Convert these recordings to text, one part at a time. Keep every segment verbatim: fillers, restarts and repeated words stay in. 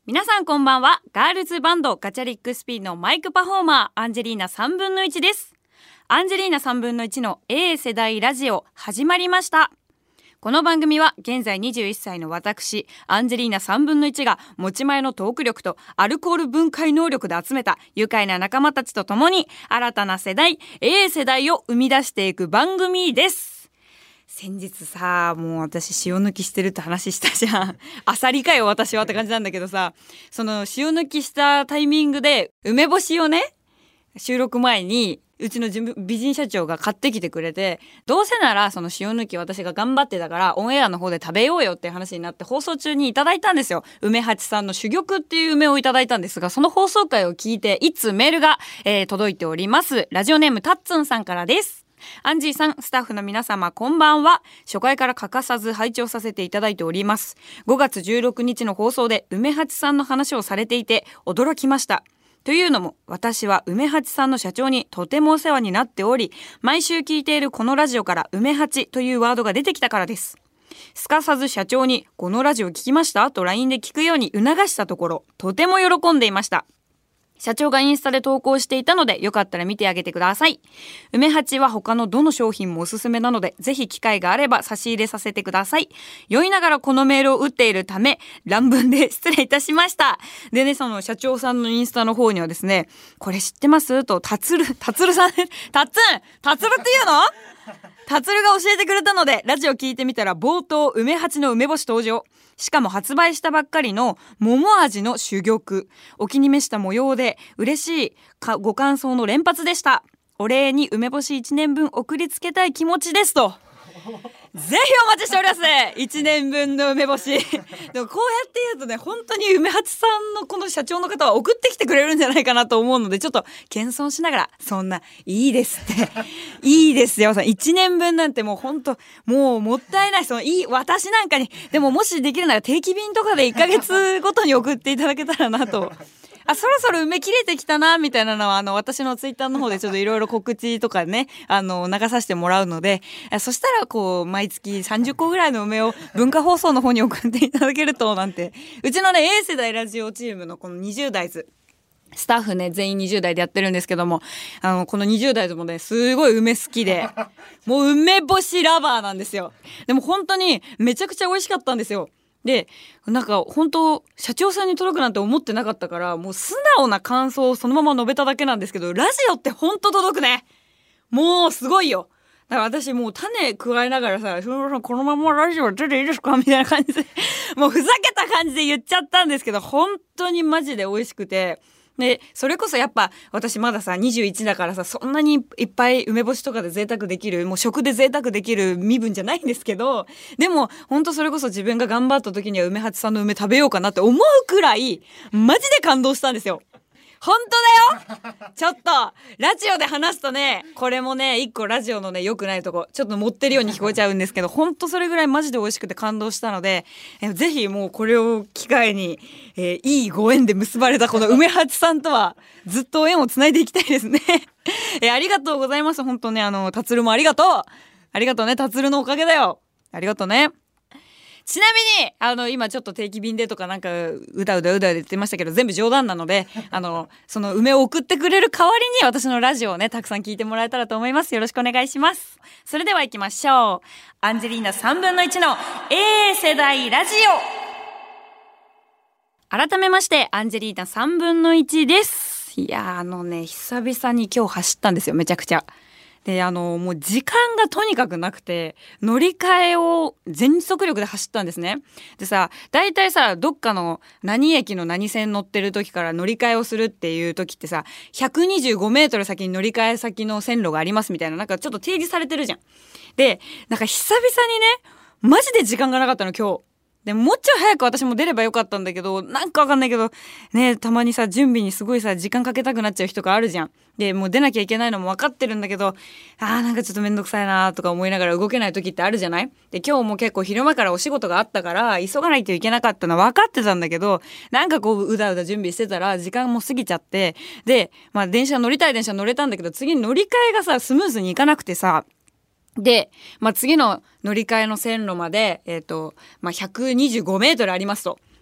皆さんこんばんは。ガールズバンドガチャリックスピンのマイクパフォーマーアンジェリーナさんぶんのいちです。アンジェリーナさんぶんのいちの A 世代ラジオ始まりました。この番組は現在にじゅういっさいの私アンジェリーナさんぶんのいちが持ち前のトーク力とアルコール分解能力で集めた愉快な仲間たちと共に新たな世代 A 世代を生み出していく番組です。先日さ、もう私塩抜きしてるって話したじゃん。あさりかよ私はって感じなんだけどさ、その塩抜きしたタイミングで梅干しをね、収録前にうちの美人社長が買ってきてくれて、どうせならその塩抜き私が頑張ってたからオンエアの方で食べようよって話になって放送中にいただいたんですよ。梅八さんの珠玉っていう梅をいただいたんですが、その放送回を聞いていつメールが、えー、届いております。ラジオネームたっつんさんからです。アンジーさん、スタッフの皆様こんばんは。初回から欠かさず拝聴させていただいております。ごがつじゅうろくにちの放送で梅八さんの話をされていて驚きました。というのも私は梅八さんの社長にとてもお世話になっており、毎週聞いているこのラジオから梅八というワードが出てきたからです。すかさず社長にこのラジオ聞きましたと ライン で聞くように促したところ、とても喜んでいました。社長がインスタで投稿していたのでよかったら見てあげてください。梅八は他のどの商品もおすすめなのでぜひ機会があれば差し入れさせてください。酔いながらこのメールを打っているため乱文で失礼いたしました。でね、その社長さんのインスタの方にはですね、これ知ってますとたつるたつるさんたっつんたつるっていうのたつるが教えてくれたのでラジオ聞いてみたら冒頭梅八の梅干し登場。しかも発売したばっかりの桃味の珠玉、お気に召した模様で嬉しいかご感想の連発でした。お礼に梅干しいちねんぶん送りつけたい気持ちですと。ぜひお待ちしております。いちねんぶんの梅干しでもこうやって言うとね、本当に梅八さんのこの社長の方は送ってきてくれるんじゃないかなと思うので、ちょっと謙遜しながら、そんないいですっていいですよ、いちねんぶんなんてもう本当もうもったいない。そのいい私なんかにでももしできるなら定期便とかでいっかげつごとに送っていただけたらなと。あ、そろそろ梅切れてきたなみたいなのはあの私のツイッターの方でちょっといろいろ告知とかねあの流させてもらうので、そしたらこう毎月さんじゅっこぐらいの梅を文化放送の方に送っていただけるとなんて。うちのね A 世代ラジオチームのこのにじゅう代図スタッフね全員にじゅう代でやってるんですけども、あのこのにじゅう代でもねすごい梅好きでもう梅干しラバーなんですよ。でも本当にめちゃくちゃ美味しかったんですよ。でなんか本当社長さんに届くなんて思ってなかったから、もう素直な感想をそのまま述べただけなんですけど、ラジオって本当届くね。もうすごいよ。だから私もう種加えながらさ、このままラジオ出ていいですかみたいな感じでもうふざけた感じで言っちゃったんですけど、本当にマジで美味しくて、でそれこそやっぱ私まださにじゅういちだからさ、そんなにいっぱい梅干しとかで贅沢できる、もう食で贅沢できる身分じゃないんですけど、でも本当それこそ自分が頑張った時には梅八さんの梅食べようかなって思うくらいマジで感動したんですよ。本当だよちょっとラジオで話すとね、これもね一個ラジオのね良くないとこ、ちょっと持ってるように聞こえちゃうんですけど、本当それぐらいマジで美味しくて感動したので、えぜひもうこれを機会に、えー、いいご縁で結ばれたこの梅八さんとはずっと縁をつないでいきたいですねえー、ありがとうございます。本当ね、あのたつるもありがとうありがとうね、たつるのおかげだよ、ありがとうね。ちなみにあの今ちょっと定期便でとかなんかうだうだうだうだ言ってましたけど、全部冗談なのであのその梅を送ってくれる代わりに私のラジオをねたくさん聞いてもらえたらと思います。よろしくお願いします。それでは行きましょう。アンジェリーナさんぶんのいちの A 世代ラジオ。改めましてアンジェリーナさんぶんのいちです。いやあのね久々に今日走ったんですよ、めちゃくちゃ。であのもう時間がとにかくなくて乗り換えを全速力で走ったんですね。でさ、だいたいさどっかの何駅の何線乗ってる時から乗り換えをするっていう時ってさ、ひゃくにじゅうごメートル先に乗り換え先の線路がありますみたいな、なんかちょっと提示されてるじゃん。でなんか久々にねマジで時間がなかったの今日で。もうちょい早く私も出ればよかったんだけど、なんかわかんないけどね、たまにさ準備にすごいさ時間かけたくなっちゃう日とかあるじゃん。でもう出なきゃいけないのも分かってるんだけど、あーなんかちょっとめんどくさいなとか思いながら動けない時ってあるじゃない。で今日も結構昼間からお仕事があったから急がないといけなかったのは分かってたんだけど、なんかこううだうだ準備してたら時間も過ぎちゃって、でまあ電車乗りたい電車乗れたんだけど、次に乗り換えがさスムーズにいかなくてさ、で、まあ、次の乗り換えの線路まで、えっと、まあ、ひゃくにじゅうごメートルありますと。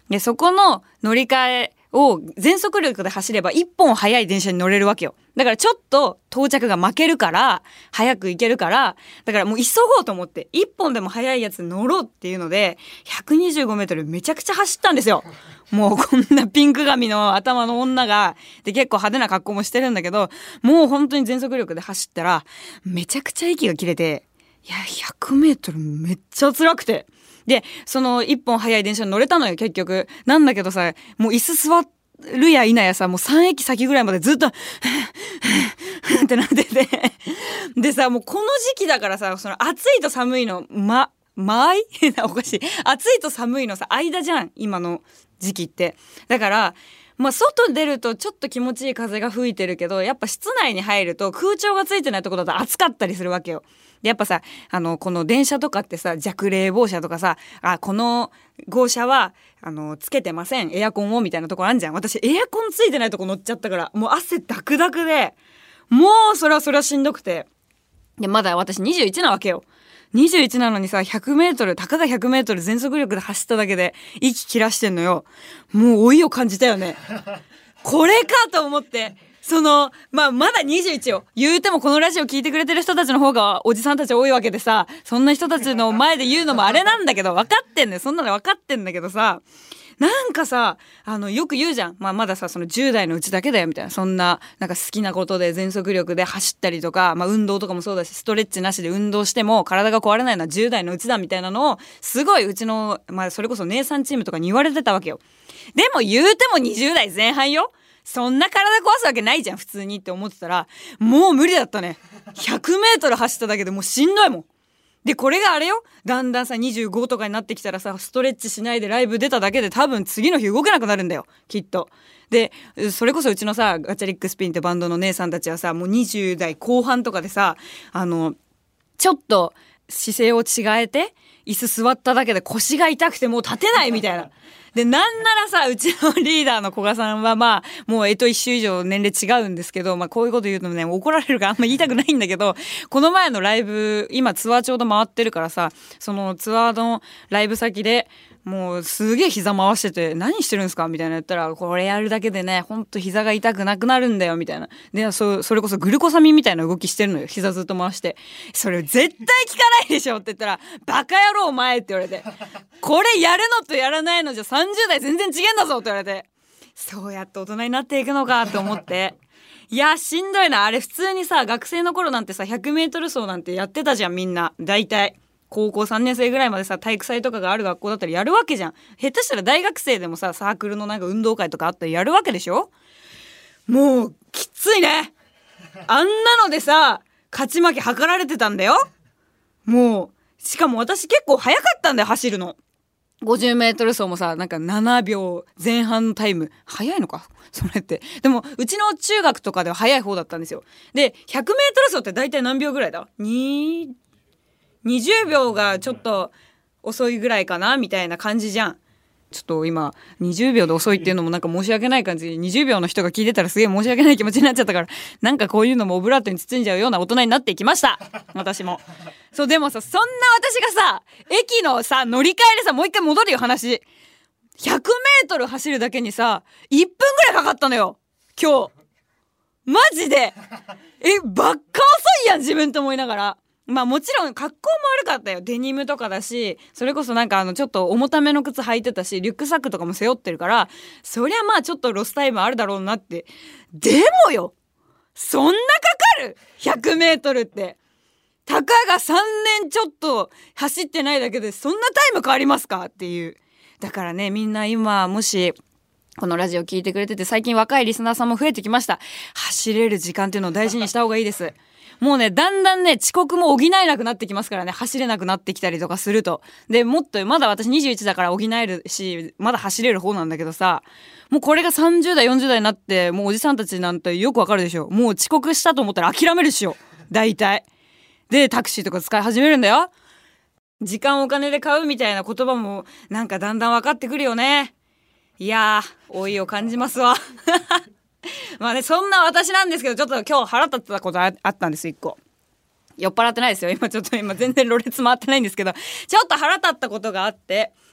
でそこの乗り換えを全速力で走れば一本速い電車に乗れるわけよ。だからちょっと到着が負けるから早く行けるから、だからもう急ごうと思って一本でも速いやつ乗ろうっていうのでひゃくにじゅうごメートルめちゃくちゃ走ったんですよ。もうこんなピンク髪の頭の女がで結構派手な格好もしてるんだけど、もう本当に全速力で走ったらめちゃくちゃ息が切れて、いやひゃくメートルめっちゃ辛くて、でその一本速い電車に乗れたのよ結局。なんだけどさ、もう椅子座るや否やさ、もうさん駅先ぐらいまでずっとってなっててでさ、もうこの時期だからさ、その暑いと寒いのままいおかしい、暑いと寒いのさ間じゃん今の時期って。だからまあ外出るとちょっと気持ちいい風が吹いてるけど、やっぱ室内に入ると空調がついてないところだと暑かったりするわけよ。でやっぱさ、あのこの電車とかってさ、弱冷房車とかさ、あこの号車はあのつけてませんエアコンをみたいなところあんじゃん。私エアコンついてないとこ乗っちゃったから、もう汗ダクダクで、もうそれはそれはしんどくて、でまだ私にじゅういちなわけよ。にじゅういちなのにさひゃくメートル、たかがひゃくメートル全速力で走っただけで息切らしてんのよ。もう老いを感じたよねこれかと思って、そのまあまだにじゅういちよ。言うてもこのラジオ聞いてくれてる人たちの方がおじさんたち多いわけでさ、そんな人たちの前で言うのもあれなんだけど、分かってんのよ、そんなの分かってんだけどさ、なんかさ、あのよく言うじゃん、まあ、まださそのじゅう代のうちだけだよみたいな、そんななんか好きなことで全速力で走ったりとか、まあ、運動とかもそうだし、ストレッチなしで運動しても体が壊れないのはじゅう代のうちだみたいなのをすごいうちの、まあ、それこそ姉さんチームとかに言われてたわけよ。でも言うてもにじゅう代前半よ。そんな体壊すわけないじゃん普通にって思ってたら、もう無理だったね。ひゃくメートル走っただけでもうしんどいもん。でこれがあれよ、だんだんさにじゅうごとかになってきたらさ、ストレッチしないでライブ出ただけで多分次の日動けなくなるんだよきっと。でそれこそうちのさガチャリックスピンってバンドの姉さんたちはさ、もうにじゅう代後半とかでさ、あのちょっと姿勢を違えて椅子座っただけで腰が痛くてもう立てないみたいな。でなんならさ、うちのリーダーの古賀さんはまあもうえと一周以上年齢違うんですけど、まあこういうこと言うとね怒られるからあんま言いたくないんだけど、この前のライブ今ツアーちょうど回ってるからさ、そのツアーのライブ先でもうすげえ膝回してて、何してるんですかみたいな言ったら、これやるだけでねほんと膝が痛くなくなるんだよみたいな。で そ, それこそグルコサミンみたいな動きしてるのよ、膝ずっと回して。それ絶対効かないでしょって言ったら、バカ野郎お前って言われて、これやるのとやらないのじゃさんじゅう代全然違えんだぞって言われて、そうやって大人になっていくのかと思っていやしんどいな。あれ普通にさ学生の頃なんてさひゃくメートル走なんてやってたじゃんみんな。大体高校さんねん生ぐらいまでさ体育祭とかがある学校だったらやるわけじゃん。下手したら大学生でもさサークルのなんか運動会とかあったらやるわけでしょ。もうきついね。あんなのでさ勝ち負け測られてたんだよ。もうしかも私結構早かったんだよ走るの。ごじゅうメートル走もさなんかななびょうぜん半のタイム、早いのかそれって。でもうちの中学とかでは早い方だったんですよ。でひゃくメートル走って大体何秒ぐらいだ、ににじゅうびょうがちょっと遅いぐらいかなみたいな感じじゃん。ちょっと今にじゅうびょうで遅いっていうのもなんか申し訳ない感じ、にじゅうびょうの人が聞いてたらすげえ申し訳ない気持ちになっちゃったから、なんかこういうのもオブラートに包んじゃうような大人になっていきました私も。そうでもさ、そんな私がさ駅のさ乗り換えでさ、もう一回戻るよ話、ひゃくメートル走るだけにさいっぷんぐらいかかったのよ今日。マジでえばっか遅いやん自分と思いながら。まあもちろん格好も悪かったよ。デニムとかだし、それこそなんかあのちょっと重ための靴履いてたし、リュックサックとかも背負ってるから、そりゃまあちょっとロスタイムあるだろうなって。でもよ、そんなかかる ?ひゃくメートルって。たかがさんねんちょっと走ってないだけでそんなタイム変わりますかっていう。だからね、みんな今もしこのラジオ聞いてくれてて、最近若いリスナーさんも増えてきました。走れる時間っていうのを大事にした方がいいです。もうねだんだんね遅刻も補えなくなってきますからね、走れなくなってきたりとかすると。でもっとまだ私にじゅういちだから補えるし、まだ走れる方なんだけどさ、もうこれがさんじゅう代よんじゅう代になってもうおじさんたちなんてよくわかるでしょ。もう遅刻したと思ったら諦めるっしょ大体。でタクシーとか使い始めるんだよ。時間をお金で買うみたいな言葉もなんかだんだん分かってくるよね。いやー老いを感じますわまあね、そんな私なんですけど、ちょっと今日腹立ったことあったんです一個。酔っ払ってないですよ今、ちょっと今全然ろれつ回ってないんですけど、ちょっと腹立ったことがあって、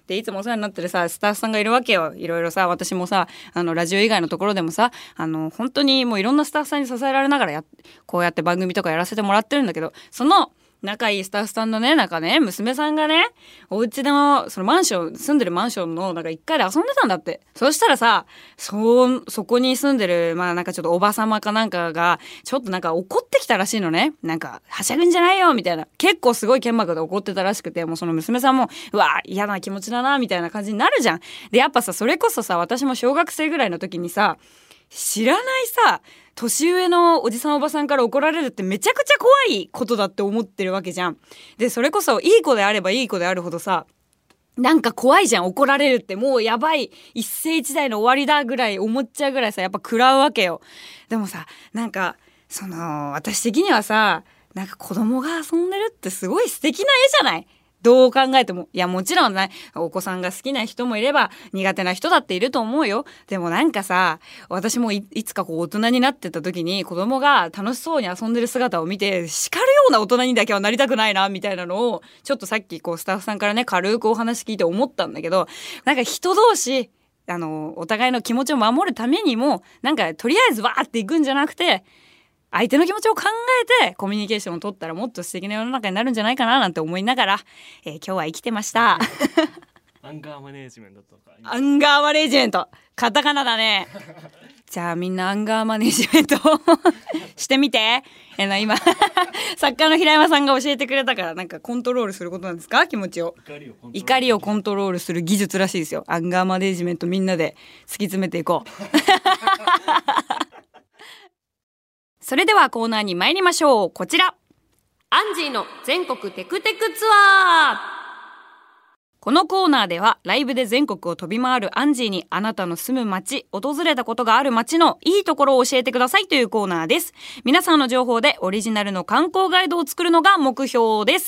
でいつもお世話になってるさスタッフさんがいるわけよ。いろいろさ私もさあのラジオ以外のところでもさあの本当にもういろんなスタッフさんに支えられながらやこうやって番組とかやらせてもらってるんだけど、その仲いいスタッフさんのねなんかね娘さんがねお家のそのマンション住んでるマンションのなんかいっかいで遊んでたんだって。そしたらさそそこに住んでるまあなんかちょっとおばさまかなんかがちょっとなんか怒ってきたらしいのね。なんかはしゃぐんじゃないよみたいな結構すごい剣幕で怒ってたらしくて、もうその娘さんもうわ嫌な気持ちだなみたいな感じになるじゃん。でやっぱさそれこそさ私も小学生ぐらいの時にさ知らないさ年上のおじさんおばさんから怒られるってめちゃくちゃ怖いことだって思ってるわけじゃん。でそれこそいい子であればいい子であるほどさなんか怖いじゃん。怒られるってもうやばい一世一代の終わりだぐらい思っちゃうぐらいさやっぱ食らうわけよ。でもさなんかその私的にはさなんか子供が遊んでるってすごい素敵な絵じゃない。どう考えても。いやもちろんねお子さんが好きな人もいれば苦手な人だっていると思うよ。でもなんかさ私も い, いつかこう大人になってた時に子供が楽しそうに遊んでる姿を見て叱るような大人にだけはなりたくないなみたいなのをちょっとさっきこうスタッフさんからね軽くお話聞いて思ったんだけど、なんか人同士あのお互いの気持ちを守るためにもなんかとりあえずわーっていくんじゃなくて相手の気持ちを考えてコミュニケーションを取ったらもっと素敵な世の中になるんじゃないかななんて思いながら、えー、今日は生きてましたアンガーマネージメントとかアンガーマネージメントカタカナだねじゃあみんなアンガーマネージメントしてみて。えの今作家の平山さんが教えてくれたからなんかコントロールすることなんですか気持ちを。怒りをコントロール、怒りをコントロールする技術らしいですよ。アンガーマネージメントみんなで突き詰めていこうそれではコーナーに参りましょう。こちらアンジーの全国テクテクツアー。このコーナーではライブで全国を飛び回るアンジーにあなたの住む街、訪れたことがある街のいいところを教えてくださいというコーナーです。皆さんの情報でオリジナルの観光ガイドを作るのが目標です。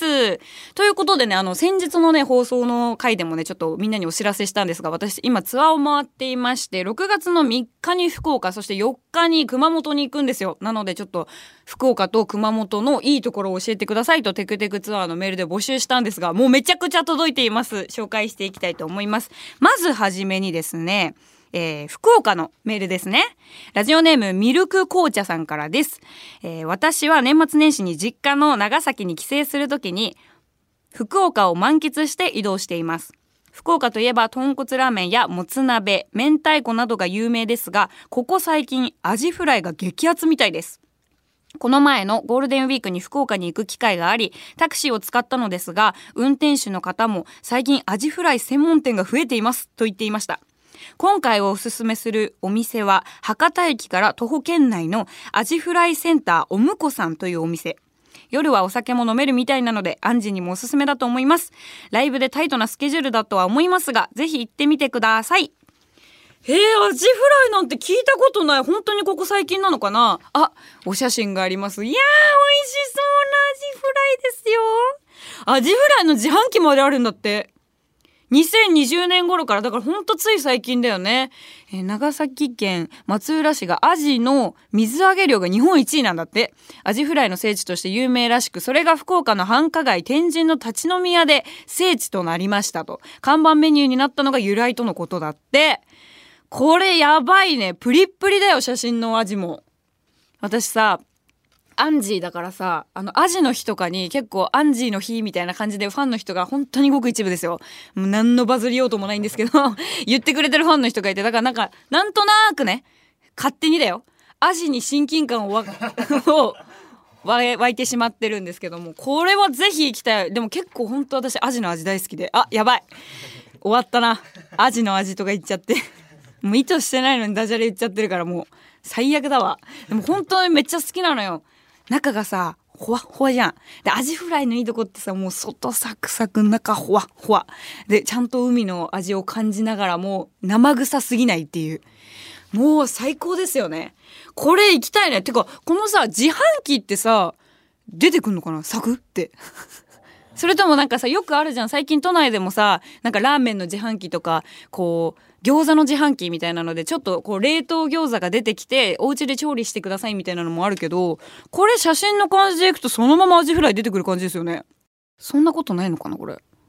ということでね、あの先日のね放送の回でもねちょっとみんなにお知らせしたんですが、私今ツアーを回っていましてろくがつのみっかに福岡、そしてよっかに熊本に行くんですよ。なのでちょっと福岡と熊本のいいところを教えてくださいとテクテクツアーのメールで募集したんですが、もうめちゃくちゃ届いています。紹介していきたいと思います。まずはじめにですね、えー、福岡のメールですね。ラジオネームミルク紅茶さんからです。えー、私は年末年始に実家の長崎に帰省するときに福岡を満喫して移動しています。福岡といえば豚骨ラーメンやもつ鍋、明太子などが有名ですが、ここ最近アジフライが激アツみたいです。この前のゴールデンウィークに福岡に行く機会があり、タクシーを使ったのですが、運転手の方も最近アジフライ専門店が増えていますと言っていました。今回おすすめするお店は博多駅から徒歩圏内のアジフライセンターおむこさんというお店。夜はお酒も飲めるみたいなのでアンジーにもおすすめだと思います。ライブでタイトなスケジュールだとは思いますが、ぜひ行ってみてください。えー、アジフライなんて聞いたことない。本当にここ最近なのかな。あ、お写真があります。いやー、美味しそうなアジフライですよ。アジフライの自販機まであるんだって。にせんにじゅうねん頃から、だからほんとつい最近だよね。えー、長崎県松浦市がアジの水揚げ量が日本一位なんだって。アジフライの聖地として有名らしく、それが福岡の繁華街天神の立ち飲み屋で聖地となりましたと。看板メニューになったのが由来とのことだって。これやばいね。プリップリだよ、写真のアジも。私さ、アンジーだからさ、あのアジの日とかに結構アンジーの日みたいな感じでファンの人が本当にごく一部ですよ。もう何のバズりようともないんですけど言ってくれてるファンの人がいて、だからなんかなんとなくね、勝手にだよ、アジに親近感をわを湧いてしまってるんですけども、これはぜひ行きたい。でも結構本当私アジの味大好きで、あ、やばい、終わったな、アジの味とか言っちゃってもう意図してないのにダジャレ言っちゃってるからもう最悪だわ。でも本当にめっちゃ好きなのよ。中がさほわほわじゃん。でアジフライのいいとこってさ、もう外サクサク中ほわほわで、ちゃんと海の味を感じながらも生臭すぎないっていう、もう最高ですよね。これ行きたいね。てかこのさ自販機ってさ出てくんのかな、サクってそれともなんかさ、よくあるじゃん、最近都内でもさ、なんかラーメンの自販機とかこう餃子の自販機みたいなのでちょっとこう冷凍餃子が出てきてお家で調理してくださいみたいなのもあるけど、これ写真の感じでいくとそのままアジフライ出てくる感じですよね。そんなことないのかなこれ。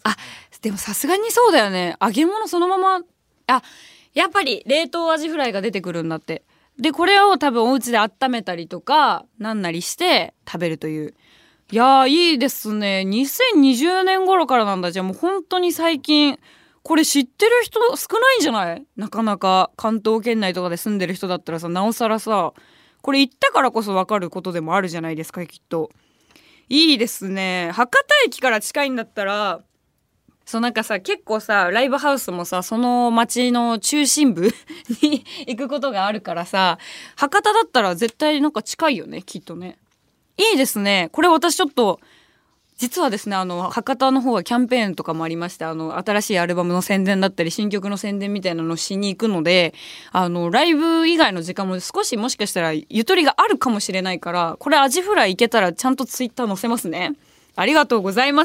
あでもさすがにそうだよね。揚げ物そのまま、あやっぱり冷凍アジフライが出てくるんだって。でこれを多分お家で温めたりとかなんなりして食べるという。いやーいいですね。にせんにじゅうねん頃からなんだ。じゃあもう本当に最近。これ知ってる人少ないんじゃない？なかなか関東圏内とかで住んでる人だったらさ、なおさらさこれ行ったからこそ分かることでもあるじゃないですか。きっといいですね。博多駅から近いんだったらそうなんかさ結構さライブハウスもさその街の中心部に行くことがあるからさ、博多だったら絶対なんか近いよねきっとね。いいですね。これ私ちょっと実はですねあの博多の方はキャンペーンとかもありまして、あの新しいアルバムの宣伝だったり新曲の宣伝みたいなのをしに行くので、あのライブ以外の時間も少しもしかしたらゆとりがあるかもしれないから、これアジフライいけたらちゃんとツイッター載せますね。ありがとうございます。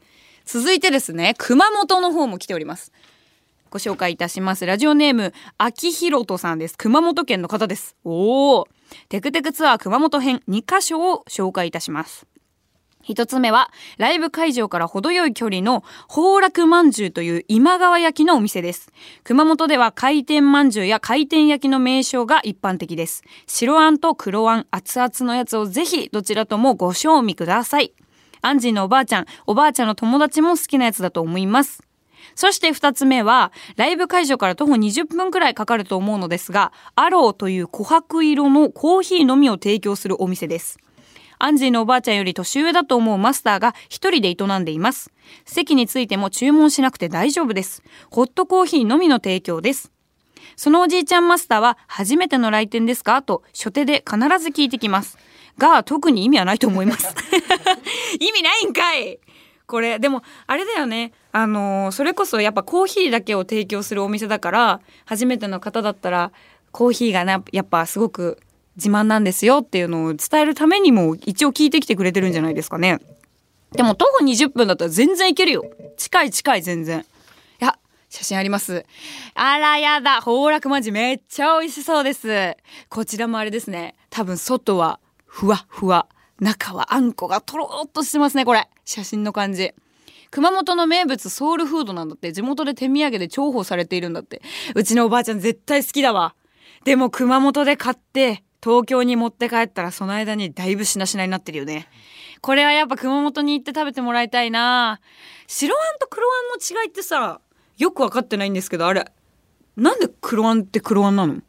続いてですね熊本の方も来ております。ご紹介いたします。ラジオネーム秋広人さんです。熊本県の方です。おーテクテクツアー熊本編にカ所を紹介いたします。一つ目はライブ会場から程よい距離の宝楽まんじゅうという今川焼きのお店です。熊本では回転まんじゅうや回転焼きの名称が一般的です。白あんと黒あん熱々のやつをぜひどちらともご賞味ください。アンジーのおばあちゃんおばあちゃんの友達も好きなやつだと思います。そして二つ目はライブ会場から徒歩にじゅっぷんくらいかかると思うのですが、アローという琥珀色のコーヒーのみを提供するお店です。アンジーのおばあちゃんより年上だと思うマスターが一人で営んでいます。席についても注文しなくて大丈夫です。ホットコーヒーのみの提供です。そのおじいちゃんマスターは初めての来店ですかと初手で必ず聞いてきますが、特に意味はないと思います意味ないんかいこれ。でもあれだよね、あのー、それこそやっぱコーヒーだけを提供するお店だから、初めての方だったらコーヒーがなやっぱすごく自慢なんですよっていうのを伝えるためにも一応聞いてきてくれてるんじゃないですかね。でも徒歩にじゅっぷんだったら全然いけるよ。近い近い全然。いや写真あります。あらやだ、宝楽まんじゅうめっちゃ美味しそうです。こちらもあれですね、多分外はふわふわ、中はあんこがとろーっとしてますね。これ写真の感じ。熊本の名物ソウルフードなんだって。地元で手土産で重宝されているんだって。うちのおばあちゃん絶対好きだわ。でも熊本で買って東京に持って帰ったらその間にだいぶしなしなになってるよね。これはやっぱ熊本に行って食べてもらいたいな。白あんと黒あんの違いってさよく分かってないんですけど、あれなんで黒あんって黒あんなの？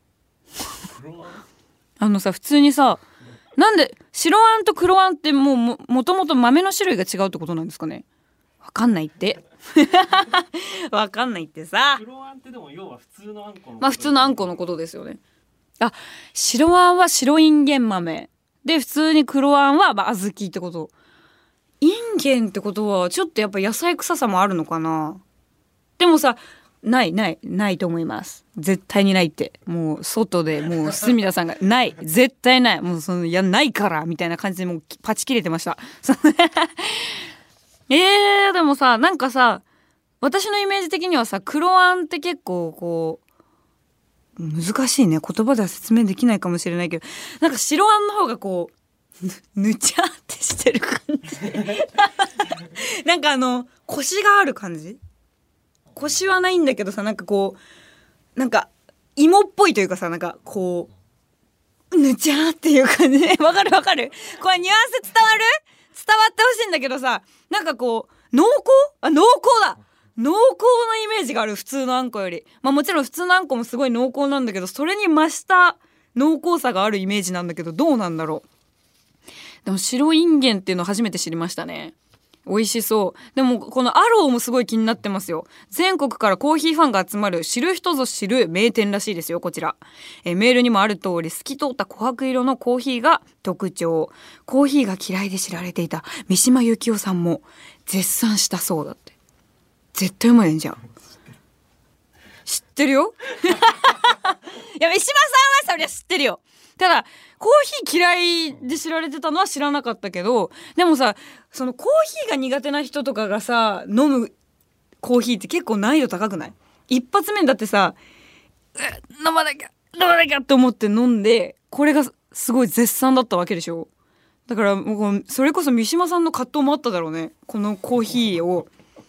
あのさ普通にさなんで白あんと黒あんってもう も, もともと豆の種類が違うってことなんですかね。分かんないって分かんないってさ。 黒あんってでも要は普通のあんこのまあ普通のあんこのことですよね。あ、白あんは白いんげん豆で、普通に黒あんはまあ小豆ってこと。いんげんってことはちょっとやっぱ野菜臭さもあるのかな。でもさないないないと思います。絶対にないって。もう外でもう住田さんがない絶対ない、もうそのいやないからみたいな感じでもうパチ切れてましたえー、でもさなんかさ私のイメージ的にはさ黒あんって結構こう難しいね、言葉では説明できないかもしれないけど、なんか白あんの方がこう ぬ, ぬちゃってしてる感じなんかあのコシがある感じ。コシはないんだけどさ、なんかこうなんか芋っぽいというかさ、なんかこうぬちゃっていう感じでわかるわかる、これニュアンス伝わる伝わってほしいんだけどさ、なんかこう濃厚あ濃厚だ濃厚なイメージがある、普通のあんこより。まあもちろん普通のあんこもすごい濃厚なんだけど、それに増した濃厚さがあるイメージなんだけど、どうなんだろう。でも白いんげんっていうの初めて知りましたね。美味しそう。でもこのアローもすごい気になってますよ。全国からコーヒーファンが集まる知る人ぞ知る名店らしいですよ、こちら。えメールにもある通り透き通った琥珀色のコーヒーが特徴。コーヒーが嫌いで知られていた三島由紀夫さんも絶賛したそうだって。絶対うまいんじゃん。知ってるよいや三島さんはそりゃ知ってるよ。ただコーヒー嫌いで知られてたのは知らなかったけど、でもさそのコーヒーが苦手な人とかがさ飲むコーヒーって結構難易度高くない？一発目だってさ飲まなきゃ飲まなきゃって思って飲んで、これがすごい絶賛だったわけでしょ。だからもうそれこそ三島さんの葛藤もあっただろうね、このコーヒーを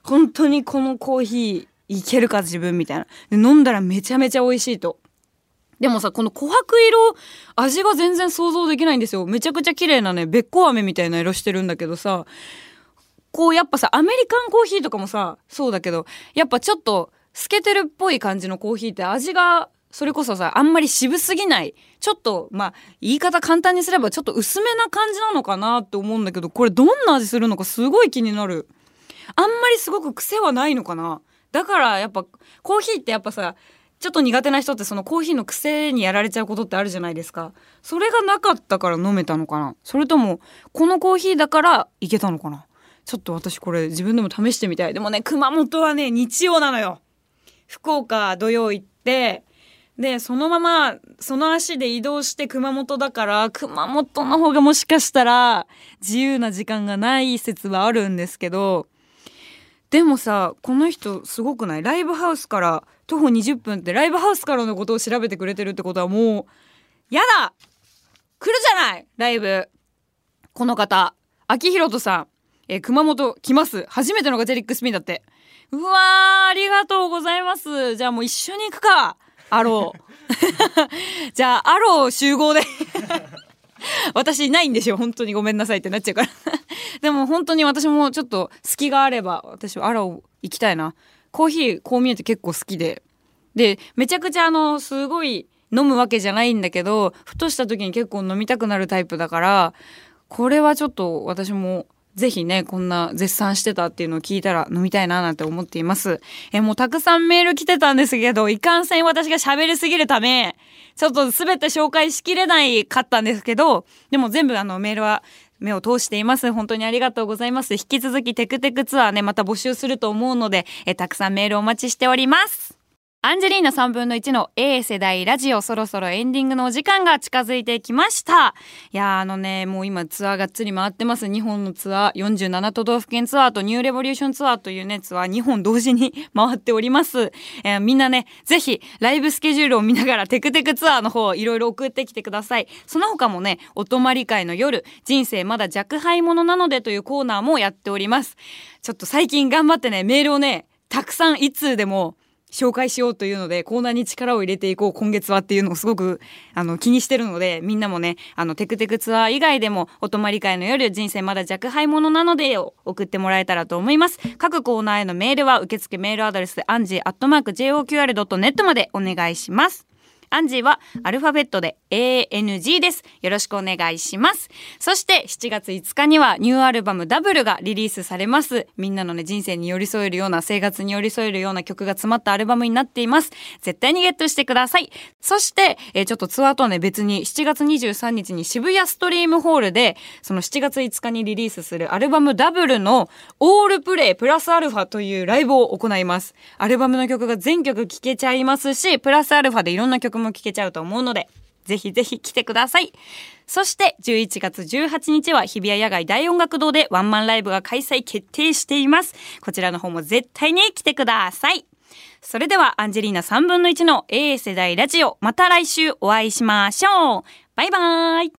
本当にこのコーヒーいけるか自分みたいな。で飲んだらめちゃめちゃ美味しいと。でもさ、この琥珀色、味が全然想像できないんですよ。めちゃくちゃ綺麗なね、べっこう飴みたいな色してるんだけどさ、こうやっぱさ、アメリカンコーヒーとかもさ、そうだけど、やっぱちょっと透けてるっぽい感じのコーヒーって味が、それこそさ、あんまり渋すぎない。ちょっと、まあ、言い方簡単にすればちょっと薄めな感じなのかなって思うんだけど、これどんな味するのかすごい気になる。あんまりすごく癖はないのかな。だからやっぱ、コーヒーってやっぱさ、ちょっと苦手な人ってそのコーヒーの癖にやられちゃうことってあるじゃないですか。それがなかったから飲めたのかな。それともこのコーヒーだからいけたのかな。ちょっと私これ自分でも試してみたい。でもね、熊本はね日曜なのよ。福岡土曜行って、でそのままその足で移動して熊本だから、熊本の方がもしかしたら自由な時間がない説はあるんですけど、でもさ、この人すごくない？ライブハウスから徒歩にじゅっぷんって、ライブハウスからのことを調べてくれてるってことはもうやだ、来るじゃない、ライブ。この方秋広人さん、えー、熊本来ます。初めてのガチャリックスピンだって。うわー、ありがとうございます。じゃあもう一緒に行くか、アローじゃあアロー集合で私いないんでしょ、本当にごめんなさいってなっちゃうからでも本当に私もちょっと隙があれば私はアロー行きたいな。コーヒーこう見えて結構好きで、でめちゃくちゃあのすごい飲むわけじゃないんだけど、ふとした時に結構飲みたくなるタイプだから、これはちょっと私もぜひね、こんな絶賛してたっていうのを聞いたら飲みたいななんて思っています。えもうたくさんメール来てたんですけど、いかんせん私が喋りすぎるためちょっと全て紹介しきれないかったんですけど、でも全部あのメールは目を通しています。本当にありがとうございます。引き続きテクテクツアーね、また募集すると思うので、えたくさんメールお待ちしております。アンジェリーナさんぶんのいちの A 世代ラジオ、そろそろエンディングのお時間が近づいてきました。いやーあのね、もう今ツアーがっつり回ってます。にほんのツアー、よんじゅうなな都道府県ツアーとニューレボリューションツアーというね、ツアーにほん同時に回っております。えー、みんなね、ぜひライブスケジュールを見ながらテクテクツアーの方いろいろ送ってきてください。その他もね、お泊まり会の夜、人生まだ若輩者なのでというコーナーもやっております。ちょっと最近頑張ってね、メールをね、たくさんいつでも紹介しようというので、コーナーに力を入れていこう今月はっていうのをすごくあの気にしてるので、みんなもね、あのテクテクツアー以外でもお泊まり会の夜、人生まだ若輩者なのでを送ってもらえたらと思います。各コーナーへのメールは受付メールアドレスアンジーアットマーク ジェイオーキューアールドットネット までお願いします。アンジーはアルファベットで エーエヌジー です。よろしくお願いします。そしてしちがついつかにはニューアルバムダブルがリリースされます。みんなのね、人生に寄り添えるような、生活に寄り添えるような曲が詰まったアルバムになっています。絶対にゲットしてください。そして、えー、ちょっとツアーとはね別にしちがつにじゅうさんにちに渋谷ストリームホールで、そのしちがついつかにリリースするアルバムダブルのオールプレイプラスアルファというライブを行います。アルバムの曲が全曲聴けちゃいますし、プラスアルファでいろんな曲も聴けちゃうと思うので、ぜひぜひ来てください。そしてじゅういちがつじゅうはちにちは日比谷野外大音楽堂でワンマンライブが開催決定しています。こちらの方も絶対に来てください。それではアンジェリーナさんぶんのいちの A 世代ラジオ、また来週お会いしましょう。バイバーイ。